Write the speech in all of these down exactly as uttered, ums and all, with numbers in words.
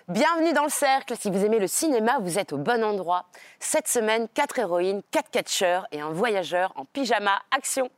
Bienvenue dans le cercle. Si vous aimez le cinéma, vous êtes au bon endroit. Cette semaine, quatre héroïnes, quatre catcheurs et un voyageur en pyjama. Action!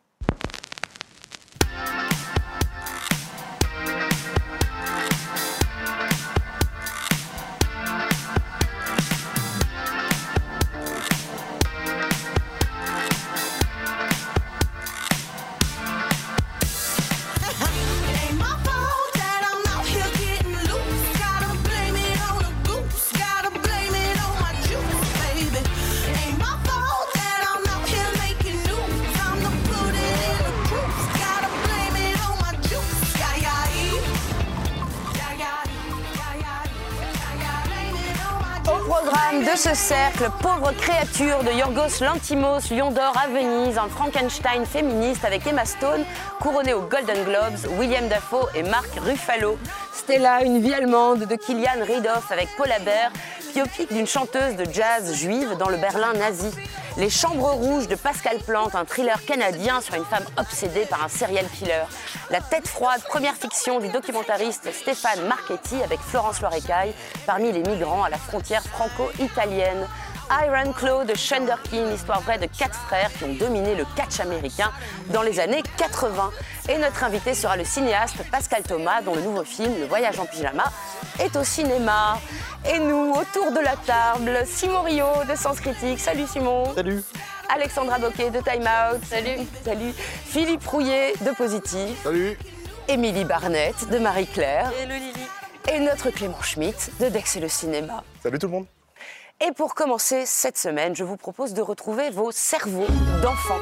De ce cercle, pauvre créature de Yorgos Lanthimos, Lion d'Or à Venise, un Frankenstein féministe avec Emma Stone, couronnée aux Golden Globes, William Dafoe et Mark Ruffalo. Stella, une vie allemande de Kilian Riedoff avec Paul Habert, biopic d'une chanteuse de jazz juive dans le Berlin nazi. Les Chambres Rouges de Pascal Plante, un thriller canadien sur une femme obsédée par un serial killer. La Tête froide, première fiction du documentariste Stéphane Marchetti avec Florence Loirecaille, parmi les migrants à la frontière franco-italienne. Iron Claw de Shunderkin, histoire vraie de quatre frères qui ont dominé le catch américain dans les années quatre-vingts. Et notre invité sera le cinéaste Pascal Thomas, dont le nouveau film, Le Voyage en pyjama, est au cinéma. Et nous, autour de la table, Simon Rio de Sens Critique. Salut Simon. Salut. Alexandra Boquet de Time Out. Salut. Salut. Philippe Rouillet de Positif. Salut. Émilie Barnett de Marie-Claire. Hello Lily. Et notre Clément Schmitt de Dex et le cinéma. Salut tout le monde. Et pour commencer cette semaine, je vous propose de retrouver vos cerveaux d'enfants.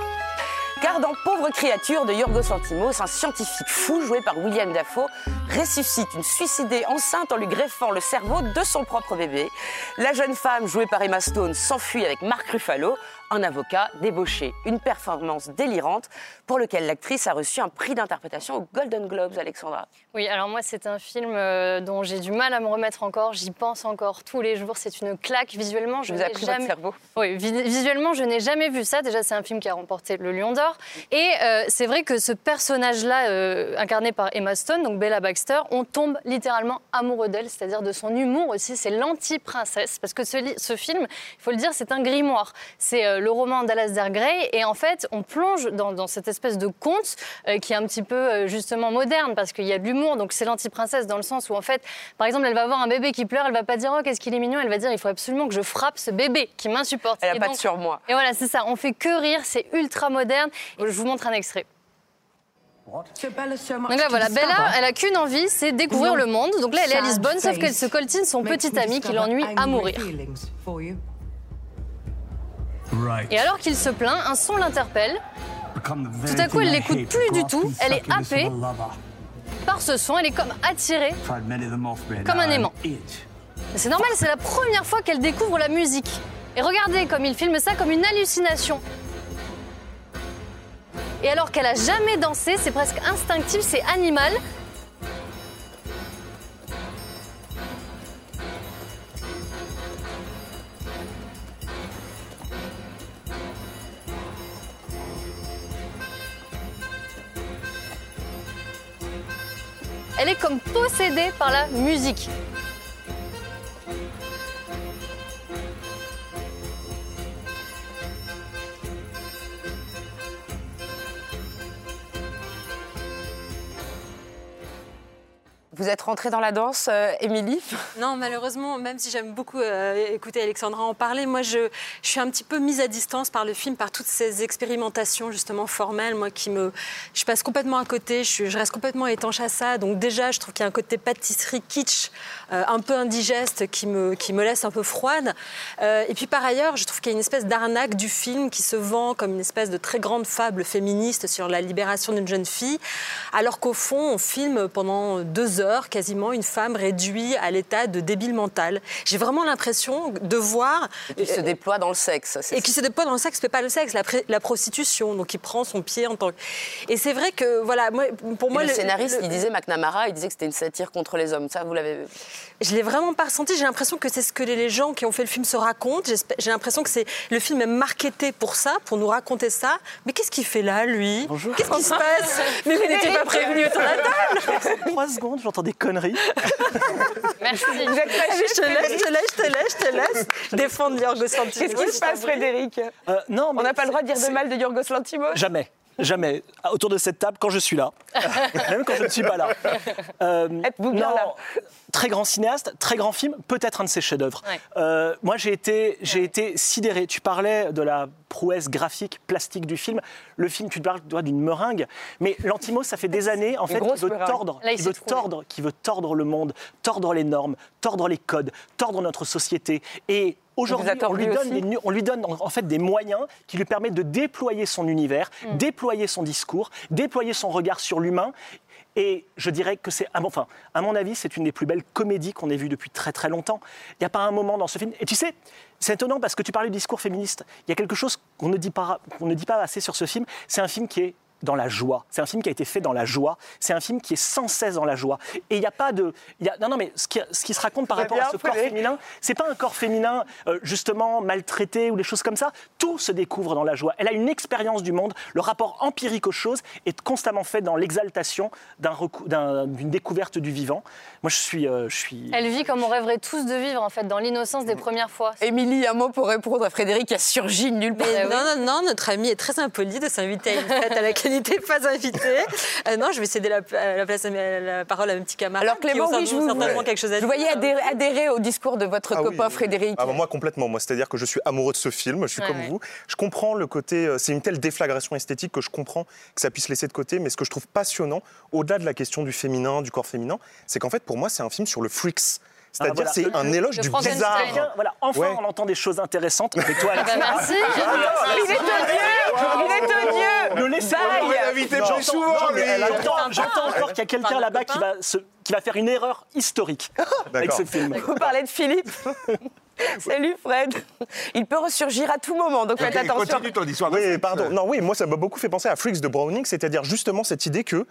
Car dans Pauvre créature de Yorgos Lanthimos, un scientifique fou joué par William Dafoe ressuscite une suicidée enceinte en lui greffant le cerveau de son propre bébé. La jeune femme jouée par Emma Stone s'enfuit avec Mark Ruffalo, un avocat débauché. Une performance délirante pour lequel l'actrice a reçu un prix d'interprétation aux Golden Globes, Alexandra. Oui, alors moi c'est un film euh, dont j'ai du mal à me remettre encore, j'y pense encore tous les jours, c'est une claque visuellement. Je vous avez pris jamais... votre cerveau. Oui, vi- visuellement je n'ai jamais vu ça, déjà c'est un film qui a remporté le Lion d'Or et euh, c'est vrai que ce personnage-là euh, incarné par Emma Stone, donc Bella Baxter, on tombe littéralement amoureux d'elle, c'est-à-dire de son humour aussi, c'est l'anti-princesse parce que ce, li- ce film, il faut le dire, c'est un grimoire, c'est euh, le roman d'Alasdair Gray et en fait on plonge dans, dans cette espèce de conte euh, qui est un petit peu euh, justement moderne parce qu'il y a de l'humour, donc c'est l'anti-princesse dans le sens où en fait, par exemple, elle va voir un bébé qui pleure, elle va pas dire oh qu'est-ce qu'il est mignon, elle va dire il faut absolument que je frappe ce bébé qui m'insupporte. Elle a et pas donc, de surmoi. Et voilà, c'est ça, on fait que rire, c'est ultra moderne. Je vous montre un extrait. Donc là, voilà, Bella, elle a qu'une envie, c'est découvrir le monde. Donc là, elle est à Lisbonne, sauf qu'elle se coltine son petit ami qui l'ennuie à mourir. Et alors qu'il se plaint, un son l'interpelle. Tout à coup, elle l'écoute plus du tout. Elle est happée par ce son. Elle est comme attirée, comme un aimant. Mais c'est normal, c'est la première fois qu'elle découvre la musique. Et regardez comme il filme ça comme une hallucination. Et alors qu'elle a jamais dansé, c'est presque instinctif, c'est animal. Elle est comme possédée par la musique. Vous êtes rentrée dans la danse, euh, Émilie? Non, malheureusement, même si j'aime beaucoup euh, écouter Alexandra en parler, moi, je, je suis un petit peu mise à distance par le film, par toutes ces expérimentations, justement, formelles, moi, qui me... Je passe complètement à côté, je, suis, je reste complètement étanche à ça. Donc déjà, je trouve qu'il y a un côté pâtisserie kitsch, euh, un peu indigeste, qui me, qui me laisse un peu froide. Euh, et puis, par ailleurs, je trouve qu'il y a une espèce d'arnaque du film qui se vend comme une espèce de très grande fable féministe sur la libération d'une jeune fille, alors qu'au fond, on filme pendant deux heures quasiment une femme réduite à l'état de débile mental. J'ai vraiment l'impression de voir... Et qui se déploie dans le sexe. Et qui se déploie dans le sexe, mais pas le sexe, la, pré- la prostitution. Donc il prend son pied en tant que... Et c'est vrai que, voilà, moi, pour moi... Et le, le scénariste, le... il disait, McNamara, il disait que c'était une satire contre les hommes. Ça, vous l'avez... Je l'ai vraiment pas ressenti. J'ai l'impression que c'est ce que les gens qui ont fait le film se racontent. J'ai l'impression que c'est le film est marketé pour ça, pour nous raconter ça. Mais qu'est-ce qu'il fait là, lui? Bonjour. Qu'est-ce qui se passe? Mais vous n'étiez pas prévenu autour de la table. Trois secondes, j'entends des conneries. Merci. Vous êtes très Je te laisse, je te laisse, je te laisse, je te laisse défendre Yorgos Lanthimos. Qu'est-ce qui se passe, Frédéric? Euh, non, mais On n'a pas le droit de dire de c'est- mal de Yorgos Lanthimos? Jamais. Jamais. Autour de cette table, quand je suis là. Même quand je ne suis pas là. Euh, Êtes-vous bien non, là? Très grand cinéaste, très grand film, peut-être un de ses chefs-d'œuvre. Ouais. Euh, moi, j'ai été, j'ai été sidéré. Tu parlais de la prouesse graphique, plastique du film. Le film, tu te parles toi, d'une meringue. Mais Lanthimos, ça fait des années, en fait, grosse qui veut meringue. tordre, Là, il qui s'est veut trouvé. tordre, qui veut tordre le monde, tordre les normes, tordre les codes, tordre notre société. Et aujourd'hui, Il vous a on lui tordu donne, aussi des, nu- on lui donne en en fait des moyens qui lui permettent de déployer son univers, déployer son discours, déployer son regard sur l'humain. Et je dirais que c'est, à mon- enfin, à mon avis, c'est une des plus belles comédies qu'on ait vues depuis très très longtemps. Il n'y a pas un moment dans ce film. Et tu sais, c'est étonnant parce que tu parlais du discours féministe. Il y a quelque chose qu'on ne dit pas, qu'on ne dit pas assez sur ce film. C'est un film qui est dans la joie. C'est un film qui a été fait dans la joie. C'est un film qui est sans cesse dans la joie. Et il n'y a pas de... il y a- non, non, mais ce qui, ce qui se raconte par Très rapport bien, à ce corps Frédéric. féminin, c'est pas un corps féminin euh, justement maltraité ou des choses comme ça. Tout se découvre dans la joie. Elle a une expérience du monde. Le rapport empirique aux choses est constamment fait dans l'exaltation d'un recou- d'un- d'une découverte du vivant. Moi, je suis... euh, je suis... Elle vit comme on rêverait tous de vivre, en fait, dans l'innocence des premières fois. Émilie, un mot pour répondre à Frédéric qui a surgi de nulle part. Mais non, non, non, notre ami est très impoli de s'inviter à une fête à laquelle il n'était pas invité. Euh, non, je vais céder la, la, place à mes- la parole à mes petits camarades. Alors Clément, qui ont oui, je vous, certainement quelque chose à je dire. voyais adhérer, adhérer au discours de votre Ah oui, copain oui, oui. Frédéric. Ah bah moi complètement, moi c'est-à-dire que je suis amoureux de ce film, je suis Ouais, comme ouais. vous. Je comprends le côté, euh, c'est une telle déflagration esthétique que je comprends que ça puisse laisser de côté, mais ce que je trouve passionnant, au-delà de la question du féminin, du corps féminin, c'est qu'en fait pour moi c'est un film sur le freaks. C'est-à-dire voilà. c'est un éloge Le du Frankenstein. bizarre. Tiens, voilà, enfin, Ouais. on entend des choses intéressantes avec toi, Bah, Alexandra. merci. Il est odieux. Il est odieux. Ne laissez Bye. pas l'inviter J'entends- plus souvent, j'entends- lui. J'entends j'entends encore qu'il y a quelqu'un Pardon, là-bas qui copain. va, se- qui va faire une erreur historique avec D'accord. ce film. Vous parlez de Philippe. Salut Fred. Il peut ressurgir à tout moment, donc faites attention. Continue ton histoire. de Oui, sexe. pardon. Non, oui, moi ça m'a beaucoup fait penser à Freaks de Browning, c'est-à-dire justement cette idée que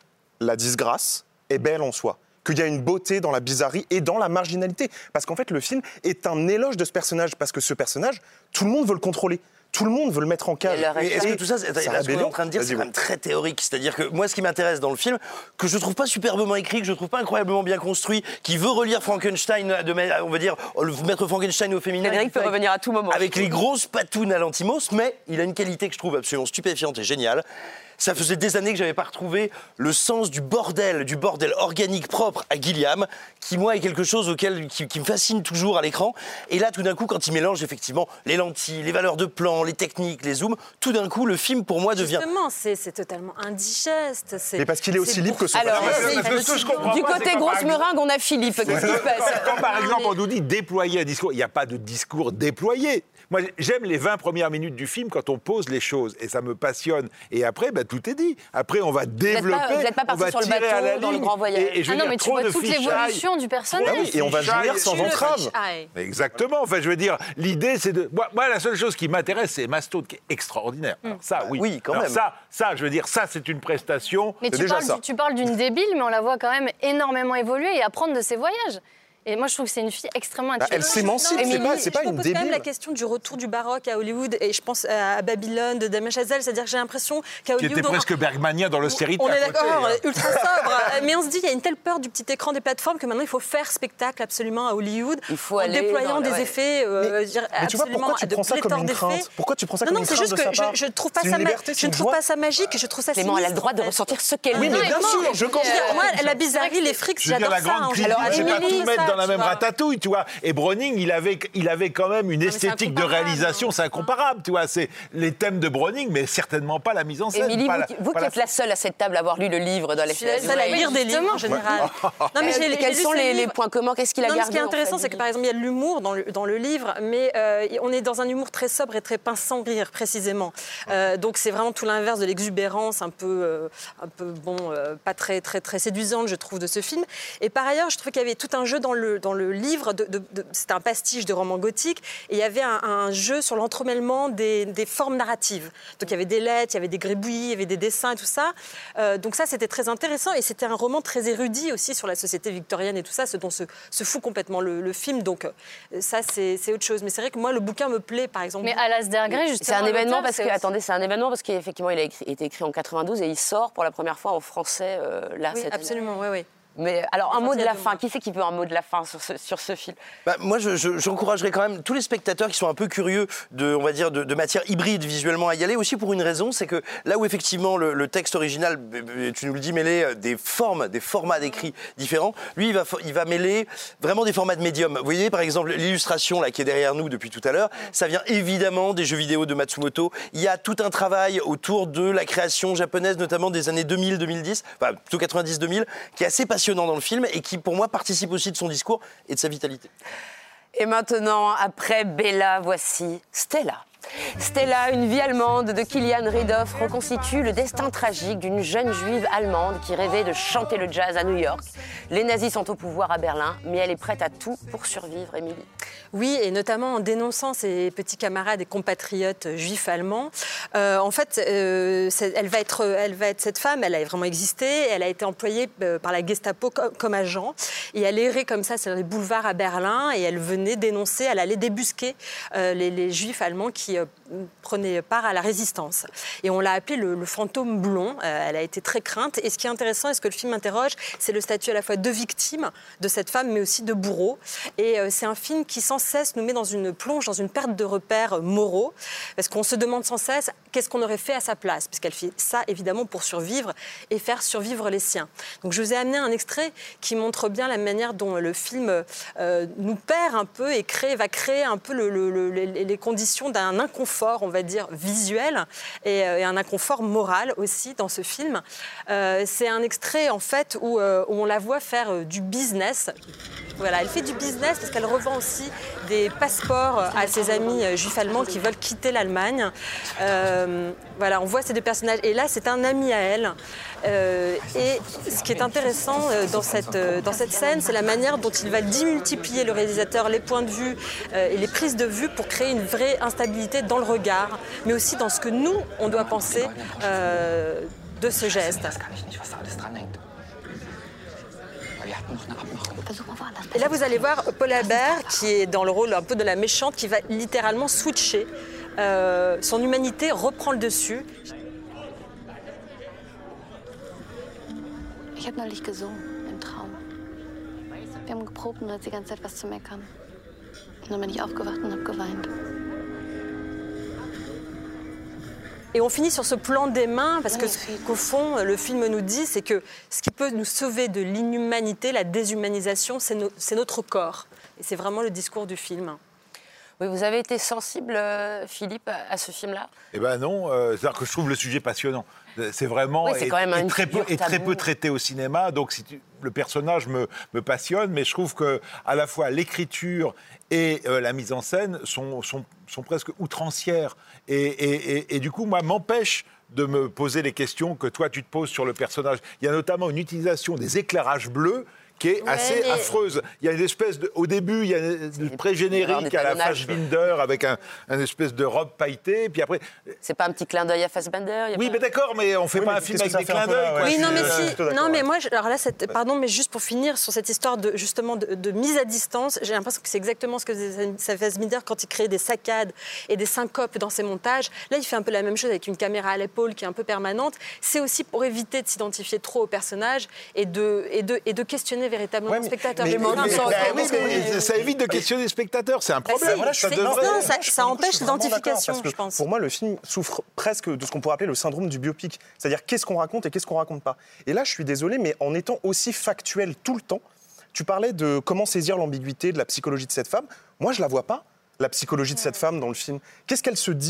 la disgrâce est belle en soi, qu'il y a une beauté dans la bizarrerie et dans la marginalité. Parce qu'en fait, le film est un éloge de ce personnage, parce que ce personnage, tout le monde veut le contrôler. Tout le monde veut le mettre en cage. Et leur Mais est-ce que Et tout ça, c'est- c'est là, ce qu'on est rébellion. en train de dire, c'est Vas-y, quand même très théorique. C'est-à-dire que moi, ce qui m'intéresse dans le film, que je trouve pas superbement écrit, que je trouve pas incroyablement bien construit, qui veut relire Frankenstein, de, ma- on va dire, le- mettre Frankenstein au féminin. Frédéric peut avec- revenir à tout moment. Avec les grosses patounes à l'Antimos, mais il a une qualité que je trouve absolument stupéfiante et géniale. Ça faisait des années que j'avais pas retrouvé le sens du bordel, du bordel organique propre à Gilliam, qui moi est quelque chose auquel qui, qui me fascine toujours à l'écran. Et là, tout d'un coup, quand il mélange effectivement les lentilles, les valeurs de plan, les techniques, les zooms, tout d'un coup, le film pour moi devient. Justement, c'est c'est totalement indigeste. c'est- Mais parce qu'il est aussi c'est libre que son Alors, personnage. Ouais, parce que ce que je comprends Du pas, c'est côté quand, grosse par exemple- meringue, on a Philippe. Qu'est-ce qui se passe? Quand par exemple on nous dit déployer un discours, il n'y a pas de discours déployé. Moi j'aime les vingt premières minutes du film quand on pose les choses et ça me passionne. Et après, ben, tout est dit. Après on va développer, vous n'êtes pas on parti va sur le tirer bateau à la dans le ligne. grand voyage. Et, et je Ah veux non, dire, mais tu trop vois de toute fichailles. l'évolution du personnage. Ah oui, et on va Fichailles. jouir sans Tu le entrave. fiches. Ah, ouais. Exactement. Enfin, je veux dire, l'idée, c'est de. Moi, moi, la seule chose qui m'intéresse, c'est Emma Stone, qui est extraordinaire. Alors, ça, oui. Oui, quand Alors, même. Ça, ça, je veux dire, ça, c'est une prestation. Mais C'est tu déjà parles, ça. du- tu parles d'une débile, mais on la voit quand même énormément évoluer et apprendre de ses voyages. Et moi, je trouve que c'est une fille extrêmement Bah, elle intelligente. s'émancipe, Non, c'est mais pas, c'est pas je une me pose quand même la débile. question du retour du baroque à Hollywood et je pense à Babylone de Damien Chazelle, c'est-à-dire que j'ai l'impression qu'à Qui Hollywood était on- presque bergmanien dans l'austérité. on à est côté, d'accord, hein. ultra sobre. Mais on se dit qu'il y a une telle peur du petit écran des plateformes que maintenant il faut faire spectacle absolument à Hollywood Il faut en aller déployant dans la- des ouais. effets. euh, Mais- je veux dire, Mais tu vois, absolument pourquoi tu de prends ça comme pléthore une d'effets. crainte Pourquoi tu prends ça Non, comme non, une c'est crainte juste de que sa part je, je trouve pas C'est ça, une ma- liberté, c'est je une trouve joie. pas ça magique, je trouve ça Clément, elle a le sinistre, droit de en fait. ressentir ce qu'elle Oui, veut. mais bien Non, sûr, je je veux comprends. dire, moi, la bizarrerie, les frics, Je veux dire, j'adore la ça. grande hein. cuisine, Alors, c'est pas Émilie, tout mettre ça, dans la tu même vois. ratatouille, tu vois. Et Browning, il avait, il avait quand même une mais c'est esthétique de incomparable, réalisation, hein. c'est incomparable, tu vois. C'est les thèmes de Browning, mais certainement pas la mise en scène. Émilie, pas vous, la- qui- vous pas qui êtes la seule à cette table à avoir lu le livre dans les Je suis la seule à lire des livres en général. Non, mais j'ai- j'ai Quels lu sont ce les, les livre. points communs? Qu'est-ce qu'il a Non, mais gardé ce qui est en fait, intéressant, c'est que Émilie par exemple, il y a de l'humour dans le, dans le livre, mais euh, on est dans un humour très sobre et très pince sans rire, précisément. Euh, donc c'est vraiment tout l'inverse de l'exubérance, un peu, euh, un peu bon, euh, pas très, très, très séduisante, je trouve, de ce film. Et par ailleurs, je trouve qu'il y avait tout un jeu dans le le, dans le livre, de, de, de, c'était un pastiche de roman gothique, et il y avait un, un jeu sur l'entremêlement des, des formes narratives. Donc il y avait des lettres, il y avait des gribouillis, il y avait des dessins et tout ça. Euh, donc ça, c'était très intéressant, et c'était un roman très érudit aussi sur la société victorienne et tout ça, ce dont se, se fout complètement le, le film. Donc ça, c'est, c'est autre chose. Mais c'est vrai que moi, le bouquin me plaît, par exemple. Mais Alasdair Gray, justement, c'est un événement parce que, aussi... attendez, c'est un événement parce qu'effectivement, il a écrit, été écrit en quatre-vingt-douze et il sort pour la première fois en français euh, là Oui, cette absolument, oui, oui. Mais alors, un mot de la fin. mois. Qui c'est qui veut un mot de la fin sur ce, sur ce film? Bah, moi, je, je, j'encouragerais quand même tous les spectateurs qui sont un peu curieux de, on va dire, de, de matière hybride visuellement à y aller. Aussi pour une raison, c'est que là où effectivement le, le texte original, tu nous le dis, mêlait des formes, des formats d'écrit différents, lui, il va, il va mêler vraiment des formats de médium. Vous voyez, par exemple, l'illustration là qui est derrière nous depuis tout à l'heure, ça vient évidemment des jeux vidéo de Matsumoto. Il y a tout un travail autour de la création japonaise, notamment des années deux mille deux mille dix, enfin plutôt quatre-vingt-dix deux mille, qui est assez passionnant dans le film et qui, pour moi, participe aussi de son discours et de sa vitalité. Et maintenant, après Bella, voici Stella. Stella, une vie allemande de Kilian Riedoff, reconstitue le destin tragique d'une jeune juive allemande qui rêvait de chanter le jazz à New York. Les nazis sont au pouvoir à Berlin, mais elle est prête à tout pour survivre, Émilie. Oui, et notamment en dénonçant ses petits camarades et compatriotes juifs allemands. Euh, en fait, euh, elle, va être, elle va être cette femme, elle a vraiment existé, elle a été employée euh, par la Gestapo comme, comme agent, et elle errait comme ça sur les boulevards à Berlin, et elle venait dénoncer, elle allait débusquer euh, les, les juifs allemands qui euh, prenaient part à la résistance. Et on l'a appelée le, le fantôme blond, euh, elle a été très crainte, et ce qui est intéressant, et ce que le film interroge, c'est le statut à la fois de victime de cette femme, mais aussi de bourreau. Et euh, c'est un film qui, sans cesse, nous met dans une plonge, dans une perte de repères moraux, parce qu'on se demande sans cesse qu'est-ce qu'on aurait fait à sa place, puisqu'elle fait ça, évidemment, pour survivre et faire survivre les siens. Donc je vous ai amené un extrait qui montre bien la manière dont le film euh, nous perd un peu et crée, va créer un peu le, le, le, les, les conditions d'un inconfort, on va dire, visuel, et, euh, et un inconfort moral aussi dans ce film. Euh, c'est un extrait, en fait, où, euh, où on la voit faire euh, du business. Voilà, elle fait du business parce qu'elle revend aussi des passeports à ses amis juifs allemands qui veulent quitter l'Allemagne. Euh, voilà, on voit ces deux personnages. Et là, c'est un ami à elle. Euh, et ce qui est intéressant dans cette, dans cette scène, c'est la manière dont il va démultiplier, le réalisateur, les points de vue euh, et les prises de vue pour créer une vraie instabilité dans le regard, mais aussi dans ce que nous, on doit penser euh, de ce geste. Et là, vous allez voir Paul Haber, qui est dans le rôle un peu de la méchante, qui va littéralement switcher. Euh, son humanité reprend le dessus. Ich habe neulich gesungen, im Traum. Wir haben geprobt und du hast die ganze Zeit was zu meckern. Und dann bin ich aufgewacht und habe geweint. Et on finit sur ce plan des mains, parce que ce qu'au fond, le film nous dit, c'est que ce qui peut nous sauver de l'inhumanité, la déshumanisation, c'est, no- c'est notre corps. Et c'est vraiment le discours du film. Oui, vous avez été sensible, euh, Philippe, à ce film-là? Eh ben non, euh, c'est-à-dire que je trouve le sujet passionnant. C'est vraiment Oui, c'est quand même et, une très peu, figure et très taboue. peu traité au cinéma. Donc si tu- le personnage me, me passionne, mais je trouve que à la fois l'écriture et euh, la mise en scène sont, sont, sont presque outrancières. Et, et, et, et du coup, moi, m'empêche de me poser les questions que toi, tu te poses sur le personnage. Il y a notamment une utilisation des éclairages bleus qui est Ouais, assez mais- affreuse. Il y a une espèce de... Au début, il y a le pré-générique des à la talonnages. Fassbinder avec un, un espèce de robe pailletée. Puis après... C'est pas un petit clin d'œil à Fassbender? Il y a Oui, pas- mais d'accord, mais on fait Oui, pas mais un film qu'est-ce avec que ça des fait un clins peu là, d'œil. ouais. quoi. Oui, non, je mais suis, euh, si. plutôt d'accord, Non, mais ouais. moi, je- alors là, cette- pardon, mais juste pour finir sur cette histoire de justement de, de mise à distance, j'ai l'impression que c'est exactement ce que faisait Fassbinder quand il créait des saccades et des syncopes dans ses montages. Là, il fait un peu la même chose avec une caméra à l'épaule qui est un peu permanente. C'est aussi pour éviter de s'identifier trop au personnage et de et de et de questionner véritablement Ouais, le mais- spectateur. mais- Les mots mais- sont- mais- Ah oui, mais ça évite de questionner les spectateurs, c'est un Bah, problème. si, Voilà, je c'est- suis devrais- non, ça, je- ça pour le coup, je empêche suis vraiment l'identification, d'accord, parce que je pense. Pour moi, le film souffre presque de ce qu'on pourrait appeler le syndrome du biopic. C'est-à-dire qu'est-ce qu'on raconte et qu'est-ce qu'on raconte pas. Et là, je suis désolé, mais en étant aussi factuel tout le temps, tu parlais de comment saisir l'ambiguïté de la psychologie de cette femme. Moi, je la vois pas, la psychologie de cette femme dans le film. Qu'est-ce qu'elle se dit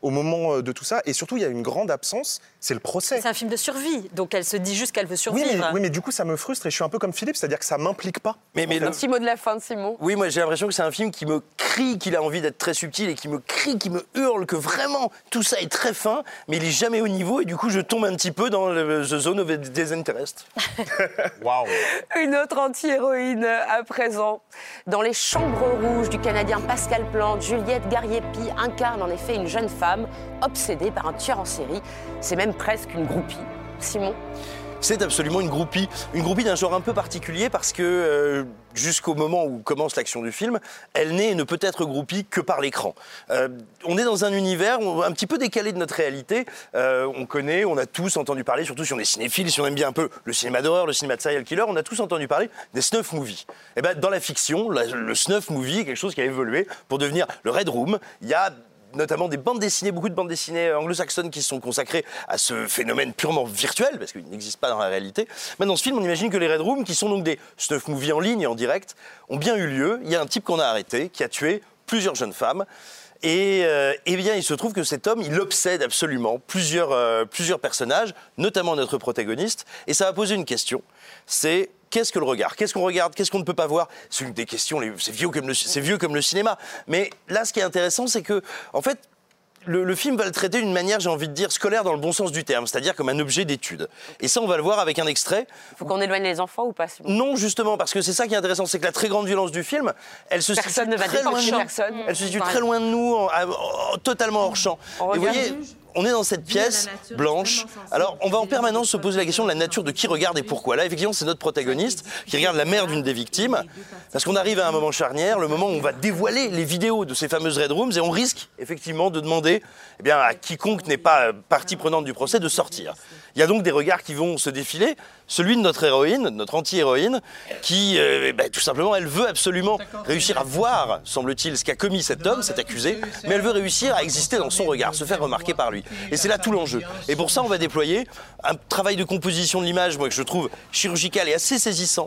au moment de tout ça. Et surtout, il y a une grande absence, c'est le procès. C'est un film de survie, donc elle se dit juste qu'elle veut Oui survivre. mais, oui, mais du coup, ça me frustre et je suis un peu comme Philippe, c'est-à-dire que ça m'implique pas. Mais, mais Un le- petit mot de la fin de Simon. Oui, moi j'ai l'impression que c'est un film qui me crie qu'il a envie d'être très subtil et qui me crie, qui me hurle que vraiment tout ça est très fin, mais il est jamais au niveau et du coup je tombe un petit peu dans le the zone of disinterest. Waouh. Une autre anti-héroïne à présent. Dans Les Chambres Rouges du Canadien Pascal Plante, Juliette Gariepi incarne en effet une jeune femme obsédée par un tueur en série. C'est même presque une groupie. Simon? C'est absolument une groupie, une groupie d'un genre un peu particulier parce que euh, jusqu'au moment où commence l'action du film, elle n'est et ne peut être groupie que par l'écran. Euh, on est dans un univers un petit peu décalé de notre réalité. Euh, on connaît, on a tous entendu parler, surtout si on est cinéphile, si on aime bien un peu le cinéma d'horreur, le cinéma de serial killer, on a tous entendu parler des snuff movies. Et ben, dans la fiction, la- le snuff movie est quelque chose qui a évolué pour devenir le Red Room. Il y a notamment des bandes dessinées, beaucoup de bandes dessinées anglo-saxonnes qui sont consacrées à ce phénomène purement virtuel, parce qu'il n'existe pas dans la réalité. Mais dans ce film, on imagine que les Red Rooms, qui sont donc des snuff movies en ligne et en direct, ont bien eu lieu. Il y a un type qu'on a arrêté, qui a tué plusieurs jeunes femmes. Et euh, eh bien, il se trouve que cet homme, il obsède absolument plusieurs, euh, plusieurs personnages, notamment notre protagoniste. Et ça va poser une question, c'est... Qu'est-ce que le regard? Qu'est-ce qu'on regarde? Qu'est-ce qu'on ne peut pas voir? C'est une des questions, les- c'est vieux, comme le- c'est vieux comme le cinéma. Mais là, ce qui est intéressant, c'est que, en fait, le, le film va le traiter d'une manière, j'ai envie de dire, scolaire dans le bon sens du terme, c'est-à-dire comme un objet d'étude. Et ça, on va le voir avec un extrait. Faut qu'on éloigne les enfants ou pas, Simon? Non, justement, parce que c'est ça qui est intéressant, c'est que la très grande violence du film, elle se Personne situe ne va très loin de dépenser nous. personne. Elle se situe Pareil. très loin de nous, en- en- totalement hors champ. On Et vous regarde. voyez, on est dans cette pièce blanche. Alors, on va en permanence se poser la question de la nature de qui regarde et pourquoi. Là, effectivement, c'est notre protagoniste qui regarde la mère d'une des victimes. Parce qu'on arrive à un moment charnière, le moment où on va dévoiler les vidéos de ces fameuses Red Rooms et on risque effectivement de demander eh bien, à quiconque n'est pas euh, partie prenante du procès de sortir. Il y a donc des regards qui vont se défiler. Celui de notre héroïne, de notre anti-héroïne, qui, euh, eh ben, tout simplement, elle veut absolument réussir à voir, semble-t-il, ce qu'a commis cet homme, cet accusé, mais elle veut réussir à exister dans son regard, se faire remarquer par lui. Et c'est là tout l'enjeu. Et pour ça, on va déployer un travail de composition de l'image, moi, que je trouve chirurgical et assez saisissant.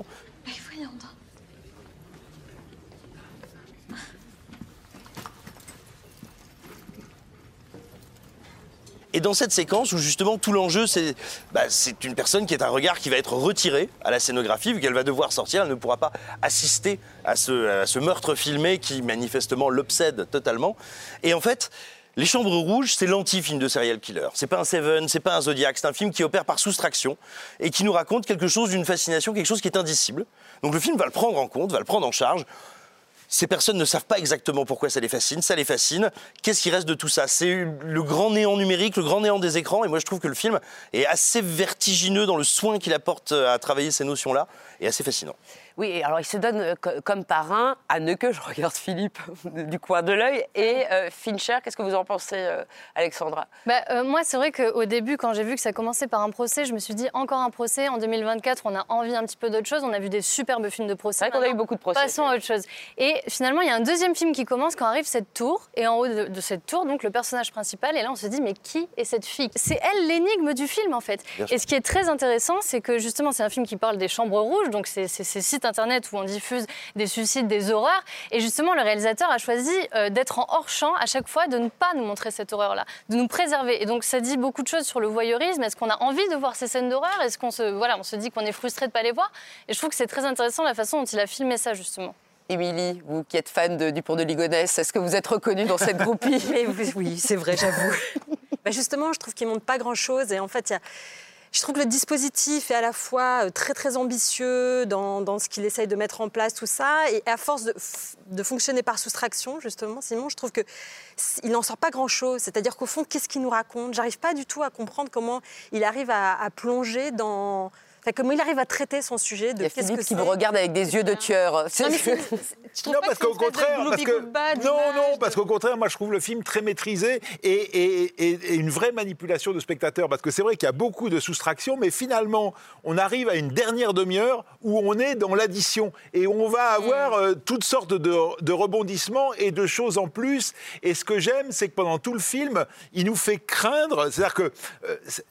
Et dans cette séquence où justement tout l'enjeu, c'est bah, c'est une personne qui est un regard qui va être retiré à la scénographie, vu qu'elle va devoir sortir, elle ne pourra pas assister à ce, à ce meurtre filmé qui manifestement l'obsède totalement. Et en fait, Les Chambres Rouges, c'est l'anti-film de serial killer. C'est pas un Seven, c'est pas un Zodiac, c'est un film qui opère par soustraction et qui nous raconte quelque chose d'une fascination, quelque chose qui est indicible. Donc le film va le prendre en compte, va le prendre en charge. Ces personnes ne savent pas exactement pourquoi ça les fascine, ça les fascine. Qu'est-ce qui reste de tout ça? C'est le grand néant numérique, le grand néant des écrans. Et moi, je trouve que le film est assez vertigineux dans le soin qu'il apporte à travailler ces notions-là et assez fascinant. Oui, et alors il se donne euh, co- comme parrain à Anneke, je regarde Philippe du coin de l'œil, et euh, Fincher. Qu'est-ce que vous en pensez, euh, Alexandra? Bah, euh, moi, c'est vrai qu'au début, quand j'ai vu que ça commençait par un procès, je me suis dit encore un procès. En deux mille vingt-quatre, on a envie un petit peu d'autre chose. On a vu des superbes films de procès. C'est vrai qu'on a eu Maintenant, beaucoup de procès. Passons à autre chose. Et finalement, il y a un deuxième film qui commence quand arrive cette tour. Et en haut de, de cette tour, donc le personnage principal. Et là, on se dit, mais qui est cette fille? C'est elle l'énigme du film, en fait. Bien sûr. Et ce qui est très intéressant, c'est que justement, c'est un film qui parle des chambres rouges. Donc, c'est c'est ces sites internet où on diffuse des suicides, des horreurs. Et justement, le réalisateur a choisi euh, d'être en hors-champ à chaque fois, de ne pas nous montrer cette horreur-là, de nous préserver. Et donc, ça dit beaucoup de choses sur le voyeurisme. Est-ce qu'on a envie de voir ces scènes d'horreur? Est-ce qu'on se, voilà, on se dit qu'on est frustré de ne pas les voir? Et je trouve que c'est très intéressant la façon dont il a filmé ça, justement. Émilie, vous qui êtes fan de Dupont de Ligonnès, est-ce que vous êtes reconnue dans cette groupie? Mais oui, oui, c'est vrai, j'avoue. Bah justement, je trouve qu'il ne montre pas grand-chose. Et en fait, il y a... je trouve que le dispositif est à la fois très, très ambitieux dans, dans ce qu'il essaye de mettre en place, tout ça. Et à force de, de fonctionner par soustraction, justement, Simon, je trouve qu'il n'en sort pas grand-chose. C'est-à-dire qu'au fond, qu'est-ce qu'il nous raconte? J'arrive pas du tout à comprendre comment il arrive à, à plonger dans... Enfin, comment il arrive à traiter son sujet de Il y a qu'est-ce Philippe que qui c'est. vous regarde avec des yeux de tueur. Non, mais c'est- je trouve Non, pas parce que c'est qu'au une espèce de contraire, parce que gloubi-glouba non, d'image, non, parce de- qu'au contraire, moi je trouve le film très maîtrisé et, et- et- et une vraie manipulation de spectateurs. Parce que c'est vrai qu'il y a beaucoup de soustraction, mais finalement, on arrive à une dernière demi-heure où on est dans l'addition et on va avoir euh, toutes sortes de, de rebondissements et de choses en plus. Et ce que j'aime, c'est que pendant tout le film, il nous fait craindre, c'est-à-dire que euh, c'est-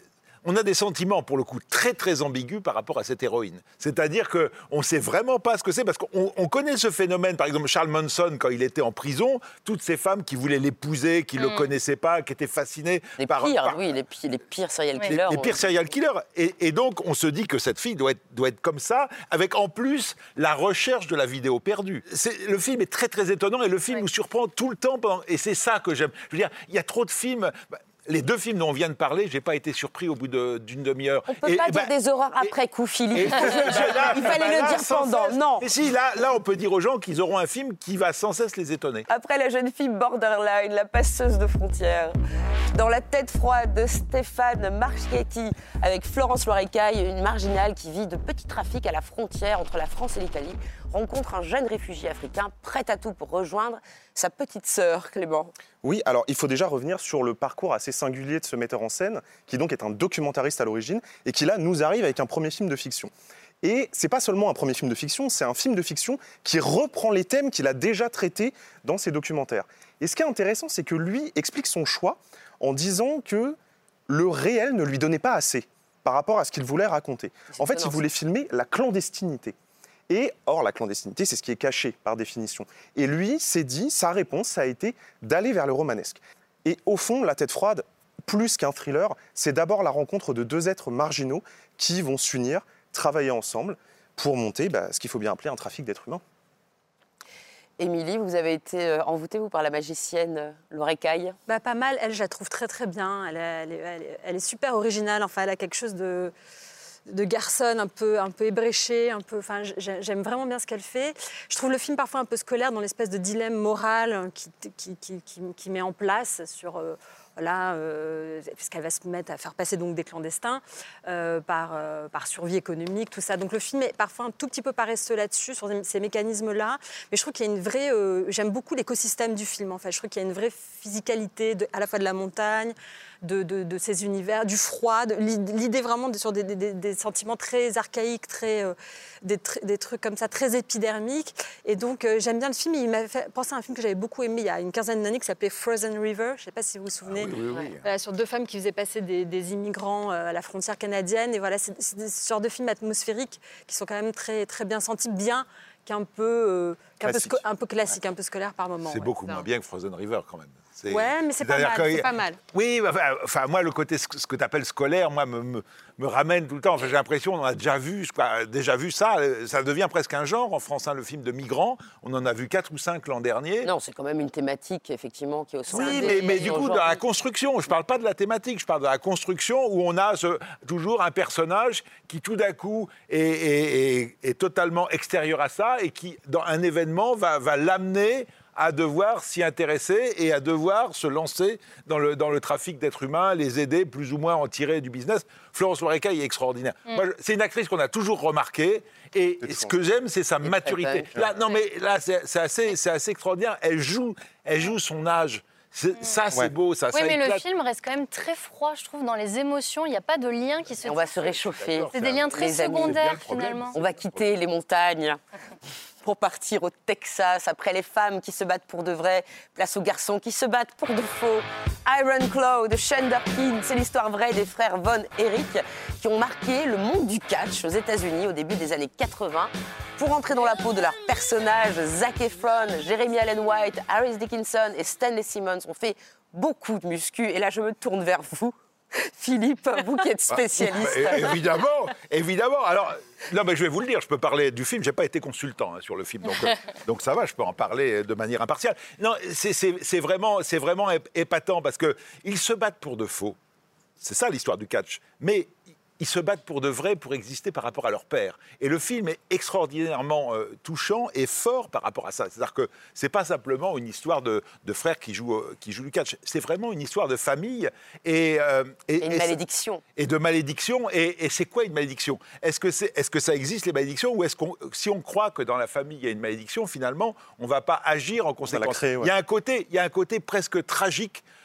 on a des sentiments, pour le coup, très, très ambigus par rapport à cette héroïne. C'est-à-dire qu'on ne sait vraiment pas ce que c'est, parce qu'on on connaît ce phénomène. Par exemple, Charles Manson, quand il était en prison, toutes ces femmes qui voulaient l'épouser, qui ne mmh. le connaissaient pas, qui étaient fascinées les par... Pires, par... oui, les, pires, les pires serial killers. Les, les pires serial killers. Et, et donc, on se dit que cette fille doit être, doit être comme ça, avec en plus la recherche de la vidéo perdue. C'est, le film est très, très étonnant, et le film oui. nous surprend tout le temps. Pendant, et c'est ça que j'aime. Je veux dire, il y a trop de films... Les deux films dont on vient de parler, je n'ai pas été surpris au bout de, d'une demi-heure. On ne peut et, pas et dire bah, des horreurs après et, coup, Philippe. Et, bah là, il fallait bah là, le dire pendant. Cesse. Non. Mais si, là, là, on peut dire aux gens qu'ils auront un film qui va sans cesse les étonner. Après la jeune fille borderline, la passeuse de frontières. Dans La tête froide de Stéphane Marchetti, avec Florence Loirecaille, une marginale qui vit de petits trafics à la frontière entre la France et l'Italie, rencontre un jeune réfugié africain prêt à tout pour rejoindre sa petite sœur, Clément. Oui, alors il faut déjà revenir sur le parcours assez singulier de ce metteur en scène, qui donc est un documentariste à l'origine, et qui là nous arrive avec un premier film de fiction. Et c'est pas seulement un premier film de fiction, c'est un film de fiction qui reprend les thèmes qu'il a déjà traités dans ses documentaires. Et ce qui est intéressant, c'est que lui explique son choix en disant que le réel ne lui donnait pas assez par rapport à ce qu'il voulait raconter. En fait, il voulait filmer la clandestinité. Et or, la clandestinité, c'est ce qui est caché par définition. Et lui s'est dit, sa réponse, ça a été d'aller vers le romanesque. Et au fond, La tête froide, plus qu'un thriller, c'est d'abord la rencontre de deux êtres marginaux qui vont s'unir, travailler ensemble pour monter bah, ce qu'il faut bien appeler un trafic d'êtres humains. Émilie, vous avez été envoûtée, vous, par la magicienne Loirecaille? Bah, pas mal. Elle, je la trouve très, très bien. Elle est, elle est, elle est, elle est super originale. Enfin, elle a quelque chose de... de garçonne un peu, un peu ébréchée, un peu, enfin, j'aime vraiment bien ce qu'elle fait. Je trouve le film parfois un peu scolaire dans l'espèce de dilemme moral qui, qui, qui, qui, qui met en place sur... Euh, Voilà, euh, puisqu'elle va se mettre à faire passer donc des clandestins euh, par, euh, par survie économique, tout ça. Donc le film est parfois un tout petit peu paresseux là-dessus, sur ces mécanismes-là. Mais je trouve qu'il y a une vraie... Euh, j'aime beaucoup l'écosystème du film, en fait. Je trouve qu'il y a une vraie physicalité, de, à la fois de la montagne, de, de, de ces univers, du froid, de, l'idée vraiment de, sur des, des, des sentiments très archaïques, très, euh, des, des trucs comme ça, très épidermiques. Et donc euh, j'aime bien le film. Il m'a fait penser à un film que j'avais beaucoup aimé il y a une quinzaine d'années qui s'appelait Frozen River. Je ne sais pas si vous vous souvenez. Oui, oui, oui. Voilà, sur deux femmes qui faisaient passer des, des immigrants à la frontière canadienne. Et voilà, c'est, c'est ce genre de films atmosphériques qui sont quand même très, très bien sentis, bien qu'un peu, euh, qu'un peu, sco- un peu classique, ouais. un peu scolaire par moment. C'est ouais, beaucoup c'est moins un... bien que Frozen River, quand même. C'est... Ouais, mais c'est pas mal, c'est pas mal. Oui, enfin, enfin moi, le côté, ce que tu appelles scolaire, moi, me, me, me ramène tout le temps. Enfin, j'ai l'impression qu'on a déjà vu, déjà vu ça. Ça devient presque un genre en France, hein, le film de migrants. On en a vu quatre ou cinq l'an dernier. Non, c'est quand même une thématique, effectivement, qui est au centre. Oui, mais, mais du coup, dans la construction, je ne parle pas de la thématique, je parle de la construction où on a ce, toujours un personnage qui, tout d'un coup, est, est, est, est totalement extérieur à ça et qui, dans un événement, va, va l'amener à devoir s'y intéresser et à devoir se lancer dans le, dans le trafic d'êtres humains, les aider plus ou moins à en tirer du business. Florence Loirecaille est extraordinaire. Mm. Moi, c'est une actrice qu'on a toujours remarquée et c'est ce que j'aime, c'est sa maturité. Là, non, mais là, c'est, c'est, assez, c'est assez extraordinaire. Elle joue, elle joue son âge. C'est, ça, c'est ouais. beau. Ça, oui, ça mais éclate. Le film reste quand même très froid, je trouve, dans les émotions. Il n'y a pas de lien qui se... On va se réchauffer. C'est des liens très secondaires, finalement. On va quitter les montagnes pour partir au Texas, après les femmes qui se battent pour de vrai, place aux garçons qui se battent pour de faux. Iron Claw de Shane Durkin, c'est l'histoire vraie des frères Von Erich qui ont marqué le monde du catch aux États-Unis au début des années quatre-vingts. Pour entrer dans la peau de leurs personnages, Zac Efron, Jeremy Allen White, Harris Dickinson et Stanley Simmons ont fait beaucoup de muscu. Et là, je me tourne vers vous. Philippe, vous qui êtes spécialiste. Bah, évidemment, évidemment. Alors, non, mais je vais vous le dire, je peux parler du film. J'ai pas été consultant hein, sur le film, donc, euh, donc ça va, je peux en parler de manière impartiale. Non, c'est, c'est, c'est vraiment, c'est vraiment épatant parce que ils se battent pour de faux. C'est ça l'histoire du catch. Mais ils se battent pour de vrai, pour exister par rapport à leur père. Et le film est extraordinairement euh, touchant et fort par rapport à ça. C'est-à-dire que c'est pas simplement une histoire de, de frères qui jouent, euh, qui jouent du catch. C'est vraiment une histoire de famille et, euh, et, et une et malédiction. Et de malédiction. Et, et c'est quoi une malédiction ? Est-ce que, c'est, est-ce que ça existe, les malédictions ? Ou est-ce qu'on, si on croit que dans la famille, il y a une malédiction, finalement, on ne va pas agir en conséquence ? Créer, ouais. Il y a un côté, il y a un côté presque tragique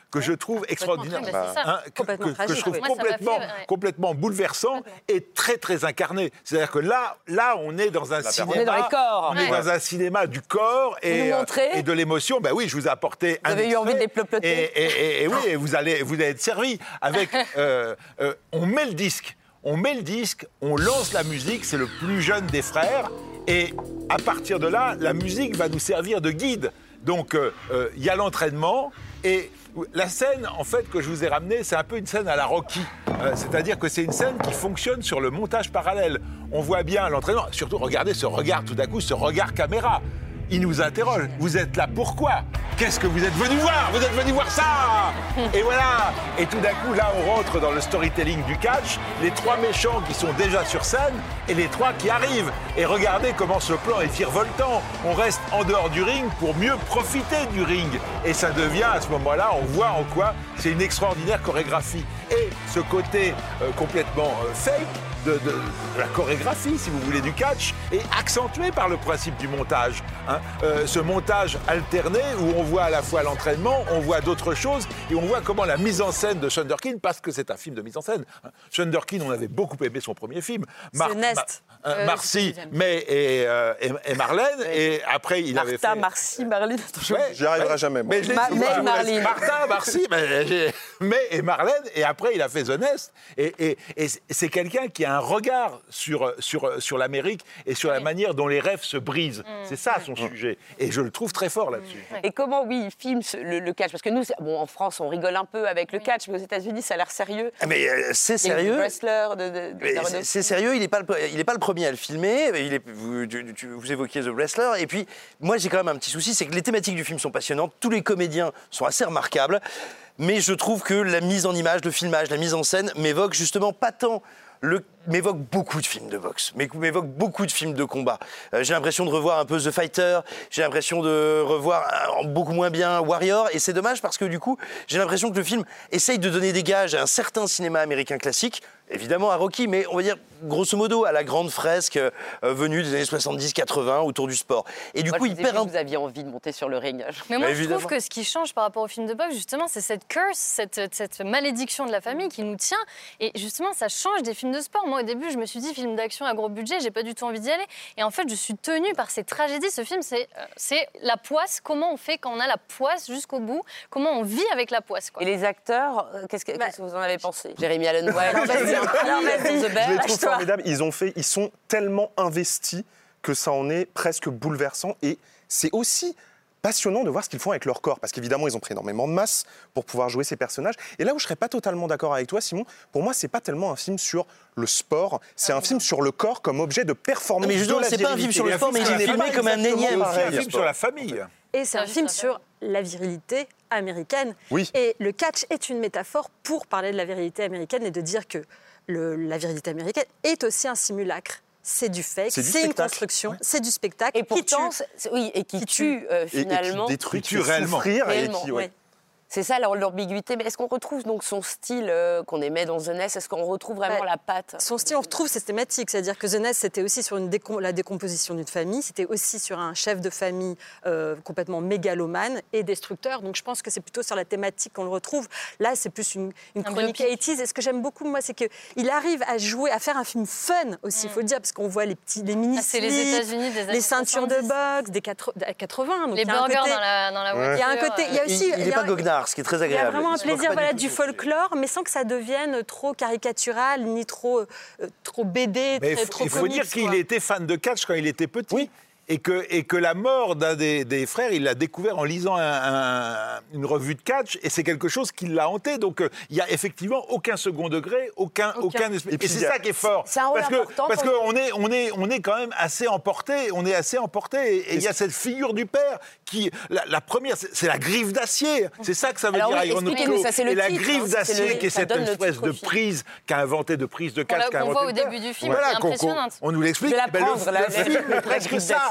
que je trouve extraordinaire, tragique, c'est ça. hein, que, Complètement que- que tragique, je trouve oui. Moi, ça m'a complètement, fait, ouais. complètement bouleversant et très très incarné. C'est-à-dire que là, là, on est dans un cinéma. On est dans les corps. On est dans un cinéma du corps et, nous euh, montrez et de l'émotion. Ben oui, je vous ai apporté un Vous avez eu envie de les extrait. plopoter. Et, et- et- et oui, et vous allez, vous allez être servi avec. euh, euh, on met le disque. On met le disque, on lance la musique, c'est le plus jeune des frères, et à partir de là, la musique va nous servir de guide. Donc, il euh, euh, y a l'entraînement, et la scène, en fait, que je vous ai ramenée, c'est un peu une scène à la Rocky. Euh, c'est-à-dire que c'est une scène qui fonctionne sur le montage parallèle. On voit bien l'entraînement, surtout, regardez ce regard, tout d'un coup, ce regard caméra. Il nous interroge. Vous êtes là pourquoi? Qu'est-ce que vous êtes venu voir? Vous êtes venu voir ça? Et voilà. Et tout d'un coup, là, on rentre dans le storytelling du catch. Les trois méchants qui sont déjà sur scène et les trois qui arrivent. Et regardez comment ce plan est virevoltant. On reste en dehors du ring pour mieux profiter du ring. Et ça devient, à ce moment-là, on voit en quoi c'est une extraordinaire chorégraphie. Et ce côté euh, complètement euh, fake, De, de, de la chorégraphie, si vous voulez, du catch, est accentué par le principe du montage. Hein. Euh, ce montage alterné où on voit à la fois l'entraînement, on voit d'autres choses et on voit comment la mise en scène de Shunderkin, parce que c'est un film de mise en scène. Hein. Shunderkin, on avait beaucoup aimé son premier film. C'est Nest. Ma- euh, Euh, Marcy, c'est le deuxième. May et, euh, et, et Marlène. Et après, il avait Martha, fait... Marcy, Marlene. Ouais, J'y arriverai jamais, moi. Mais je l'ai Ma- dit, May moi. et Marlene. Martha, Marcy, mais, j'ai- May et Marlène. Et après, il a fait The Nest. Et, et, et c'est quelqu'un qui a un regard sur, sur, sur l'Amérique et sur la manière dont les rêves se brisent. C'est ça son sujet. Et je le trouve très fort là-dessus. Et comment, oui, il filme ce- le, le catch? Parce que nous, c'est- bon, en France, on rigole un peu avec le catch, mais aux États-Unis, ça a l'air sérieux. Ah, Mais euh, c'est Il y a eu des sérieux. wrestlers, de, de, de- Mais de- c'est- C'est sérieux, il n'est pas, le- il est pas le premier à le filmer. Il est, vous, tu- tu- vous évoquiez The Wrestler. Et puis, moi, j'ai quand même un petit souci, c'est que les thématiques du film sont passionnantes. Tous les comédiens sont assez remarquables. Mais je trouve que la mise en image, le filmage, la mise en scène m'évoque justement pas tant... Le, m'évoque beaucoup de films de boxe, mais m'évoque beaucoup de films de combat. Euh, j'ai l'impression de revoir un peu The Fighter, j'ai l'impression de revoir euh, beaucoup moins bien Warrior, et c'est dommage parce que du coup, j'ai l'impression que le film essaye de donner des gages à un certain cinéma américain classique, évidemment à Rocky, mais on va dire grosso modo à la grande fresque euh, venue des années soixante-dix quatre-vingts autour du sport. Et du Moi, coup, je il vous ai vu perd que un... vous aviez envie de monter sur le ring. Mais moi, Bah, je évidemment. trouve que ce qui change par rapport au film de boxe, justement, c'est cette curse, cette, cette malédiction de la famille qui nous tient. Et justement, ça change des films de sport. Moi, au début, je me suis dit, film d'action à gros budget, j'ai pas du tout envie d'y aller. Et en fait, je suis tenue par ces tragédies. Ce film, c'est euh, c'est la poisse. Comment on fait quand on a la poisse jusqu'au bout? Comment on vit avec la poisse, quoi. Et les acteurs, euh, qu'est-ce que, Bah- qu'est-ce que vous en avez pensé? Jérémy Allen White, Alors, vas-y. Alors, vas-y. The Je Bear, les trouve lâche-toi. formidables. Ils ont fait, ils sont tellement investis que ça en est presque bouleversant. Et c'est aussi passionnant de voir ce qu'ils font avec leur corps, parce qu'évidemment ils ont pris énormément de masse pour pouvoir jouer ces personnages. Et là où je serais pas totalement d'accord avec toi, Simon, pour moi c'est pas tellement un film sur le sport, c'est un film sur le corps comme objet de performance. Mais justement, de la c'est pas un film virilité. sur le Et un sport, mais film il est sur la filmé comme un exactement énième C'est un pareil. film sur la famille. Et c'est Ça, un juste film la sur la virilité américaine. Oui. Et le catch est une métaphore pour parler de la virilité américaine et de dire que le- la virilité américaine est aussi un simulacre. C'est du fake, C'est du c'est une spectacle. construction, Ouais. c'est du spectacle. Et qui pourtant, tue. c'est- oui, et qui, Qui tue, euh, Et- et qui finalement. détruit, Qui qui tue fait réellement. souffrir et Réellement, qui, ouais. Ouais. C'est ça leur- l'ambiguïté. Mais est-ce qu'on retrouve donc son style euh, qu'on aimait dans The Nest? Est-ce qu'on retrouve vraiment Ouais. la patte? Son style, on retrouve cette thématique, c'est-à-dire que The Nest, c'était aussi sur une décom- la décomposition d'une famille, c'était aussi sur un chef de famille euh, complètement mégalomane et destructeur. Donc je pense que c'est plutôt sur la thématique qu'on le retrouve. Là, c'est plus une, une Un chronique biopic. quatre-vingt-dix. Et ce que j'aime beaucoup, moi, c'est qu'il arrive à jouer, à faire un film fun aussi, il faut le dire, parce qu'on voit les petits, les mini Ah, c'est les États-Unis des années les ceintures de soixante-dix. boxe des quatre- des quatre-vingts. Donc Les il y a un burgers côté- dans la, dans la Ouais. voiture. Il y a un côté, il y a euh, aussi, Il il y n'est a pas un- goguenard, ce qui est très il y agréable. a vraiment un Il se moque plaisir pas voilà, tout du de- folklore, mais sans que ça devienne trop caricatural, ni trop, euh, trop B D, Mais très- il trop faut, il faut comics, dire qu'il quoi. était fan de catch quand il était petit. Et que, et que la mort d'un des, des frères, il l'a découvert en lisant un- un- une revue de catch, et c'est quelque chose qui l'a hanté. Donc euh, il n'y a effectivement aucun second degré, aucun, Aucun. aucun espèce- Et Et, puis, c'est il y a- ça qui est fort. C'est un rôle parce que, important parce pour- qu'on est, on est, on est quand même assez emporté. On est assez emporté. Et et il y a cette figure du père qui, la, la première, c'est c'est la griffe d'acier. C'est ça que ça veut Alors dire oui, Iron expliquez-nous, Octo. ça, c'est le Et la titre, griffe hein, c'est d'acier le- qui est ça cette donne le espèce titre de au film. prise qu'a inventé, de prise de Qu'on catch. la- qu'a qu'on inventé voit au le père. début du film, Voilà, qui est qu'on- qu'on- impressionnante. On nous l'explique. Je vais la Ben, le- prendre, la- le la- film la est presque griffe ça. d'acier.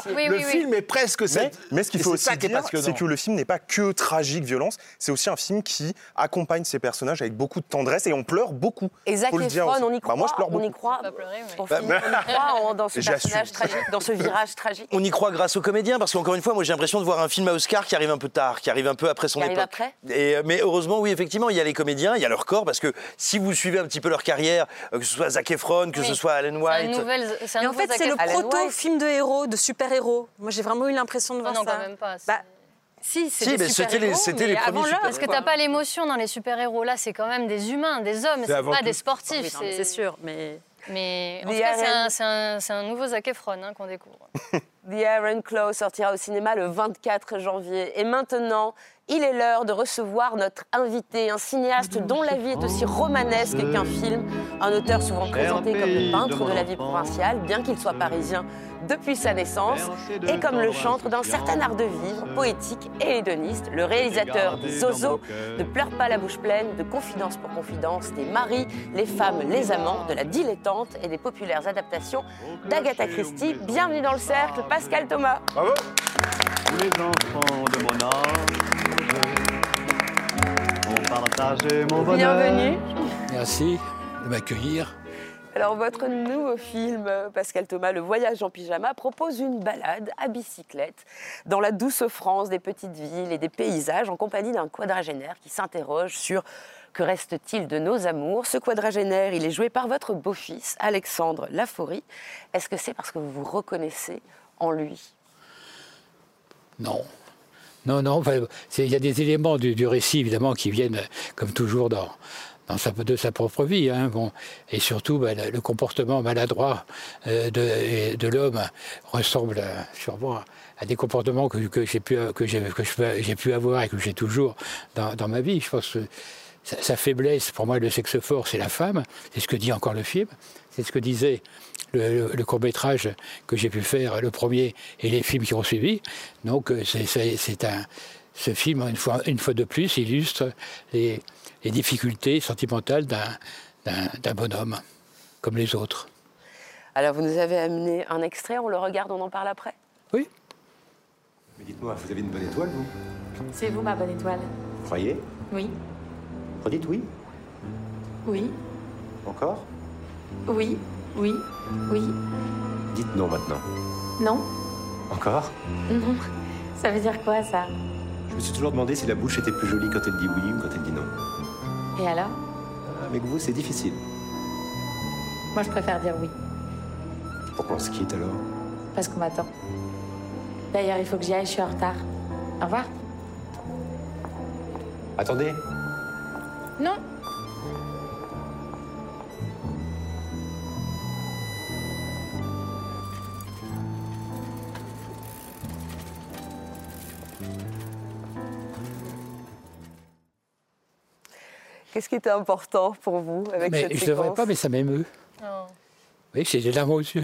Oui, le oui, oui. film est presque Mais, cette... mais ce qu'il et faut c'est ça aussi qui est dire, passionnant. c'est que le film n'est pas que tragique, violence, c'est aussi un film qui accompagne ses personnages avec beaucoup de tendresse et on pleure beaucoup. Et Zac Faut le dire Efron, aussi. on y Bah, croit, moi, je pleure on y beaucoup. croit, Pas pleurer, mais- pour finir, on y croit en- dans ce J'assume. personnage tragique, dans ce virage tragique. On y croit grâce aux comédiens, parce qu'encore une fois, moi j'ai l'impression de voir un film à Oscar qui arrive un peu tard, qui arrive un peu après son Qui arrive époque. après Et, euh, mais heureusement, oui, effectivement, il y a les comédiens, il y a leur corps, parce que si vous suivez un petit peu leur carrière, euh, que ce soit Zac Efron, que Oui. ce soit Alan C'est un, White. nouvel, c'est un Mais en nouveau fait, c'est le Zac Efron. Alan White. proto-film de héros, de super-héros. Moi, j'ai vraiment eu l'impression de Non, voir non, ça. quand même pas. c'est- Bah, si, c'est Si, des mais c'était les- super-héros, c'était mais les premiers avant l'heure, super-héros. Parce que t'as pas l'émotion dans les super-héros. Là, c'est quand même des humains, des hommes, c'est avant pas tout- des Oui, sportifs. non, mais c'est sûr, mais... Mais en The tout cas, c'est Aaron- un, c'est un- c'est un nouveau Zac Efron hein, qu'on découvre. The Iron Claw sortira au cinéma le vingt-quatre janvier. Et maintenant, il est l'heure de recevoir notre invité, un cinéaste dont la vie est aussi romanesque qu'un film, un auteur souvent présenté comme le peintre de la vie provinciale, bien qu'il soit parisien depuis sa naissance, et comme le chantre d'un certain art de vivre, poétique et hédoniste, le réalisateur des Zozo, de Pleure pas la bouche pleine, de Confidence pour Confidence, des maris, les femmes, les amants, de la dilettante et des populaires adaptations d'Agatha Christie. Bienvenue dans le cercle, Pascal Thomas. Bravo. Tous les enfants de mon âge ont partagé mon bonheur. Bienvenue. Merci de m'accueillir. Alors, votre nouveau film, euh, Pascal Thomas, Le Voyage en pyjama, propose une balade à bicyclette dans la douce France des petites villes et des paysages en compagnie d'un quadragénaire qui s'interroge sur que reste-t-il de nos amours. Ce quadragénaire, il est joué par votre beau-fils, Alexandre Laforie. Est-ce que c'est parce que vous vous reconnaissez en lui? Non. Non, non. enfin, c'est- Il y a des éléments du, du récit, évidemment, qui viennent, euh, comme toujours, dans, dans sa, de sa propre vie. Hein, bon. Et surtout, ben, le, le comportement maladroit euh, de, de l'homme ressemble euh, sûrement à des comportements que, que j'ai pu, que j'ai, que je peux- j'ai pu avoir et que j'ai toujours dans, dans ma vie. Je pense que sa, sa faiblesse, pour moi, le sexe fort, c'est la femme. C'est ce que dit encore le film. C'est ce que disait le, le- le court-métrage que j'ai pu faire, le premier, et les films qui ont suivi. Donc, euh, c'est, c'est- c'est un, ce film, une fois, une fois de plus, illustre les, les difficultés sentimentales d'un, d'un, d'un bonhomme, comme les autres. Alors, vous nous avez amené un extrait, on le regarde, on en parle après. Oui. Mais dites-moi, vous avez une bonne étoile, vous? C'est vous ma bonne étoile. Vous croyez? Oui. Redites oui. Oui. Encore? Oui. Oui. Oui. Dites non maintenant. Non. Encore? Non. Ça veut dire quoi ça? Je me suis toujours demandé si la bouche était plus jolie quand elle dit oui ou quand elle dit non. Et alors? Avec vous, c'est difficile. Moi je préfère dire oui. Pourquoi on se quitte alors? Parce qu'on m'attend. D'ailleurs il faut que j'y aille, je suis en retard. Au revoir. Attendez. Non. Qu'est-ce qui était important pour vous avec Mais cette je ne devrais séquence? pas, mais ça m'émeut. Oh. Oui, j'ai des larmes aux yeux.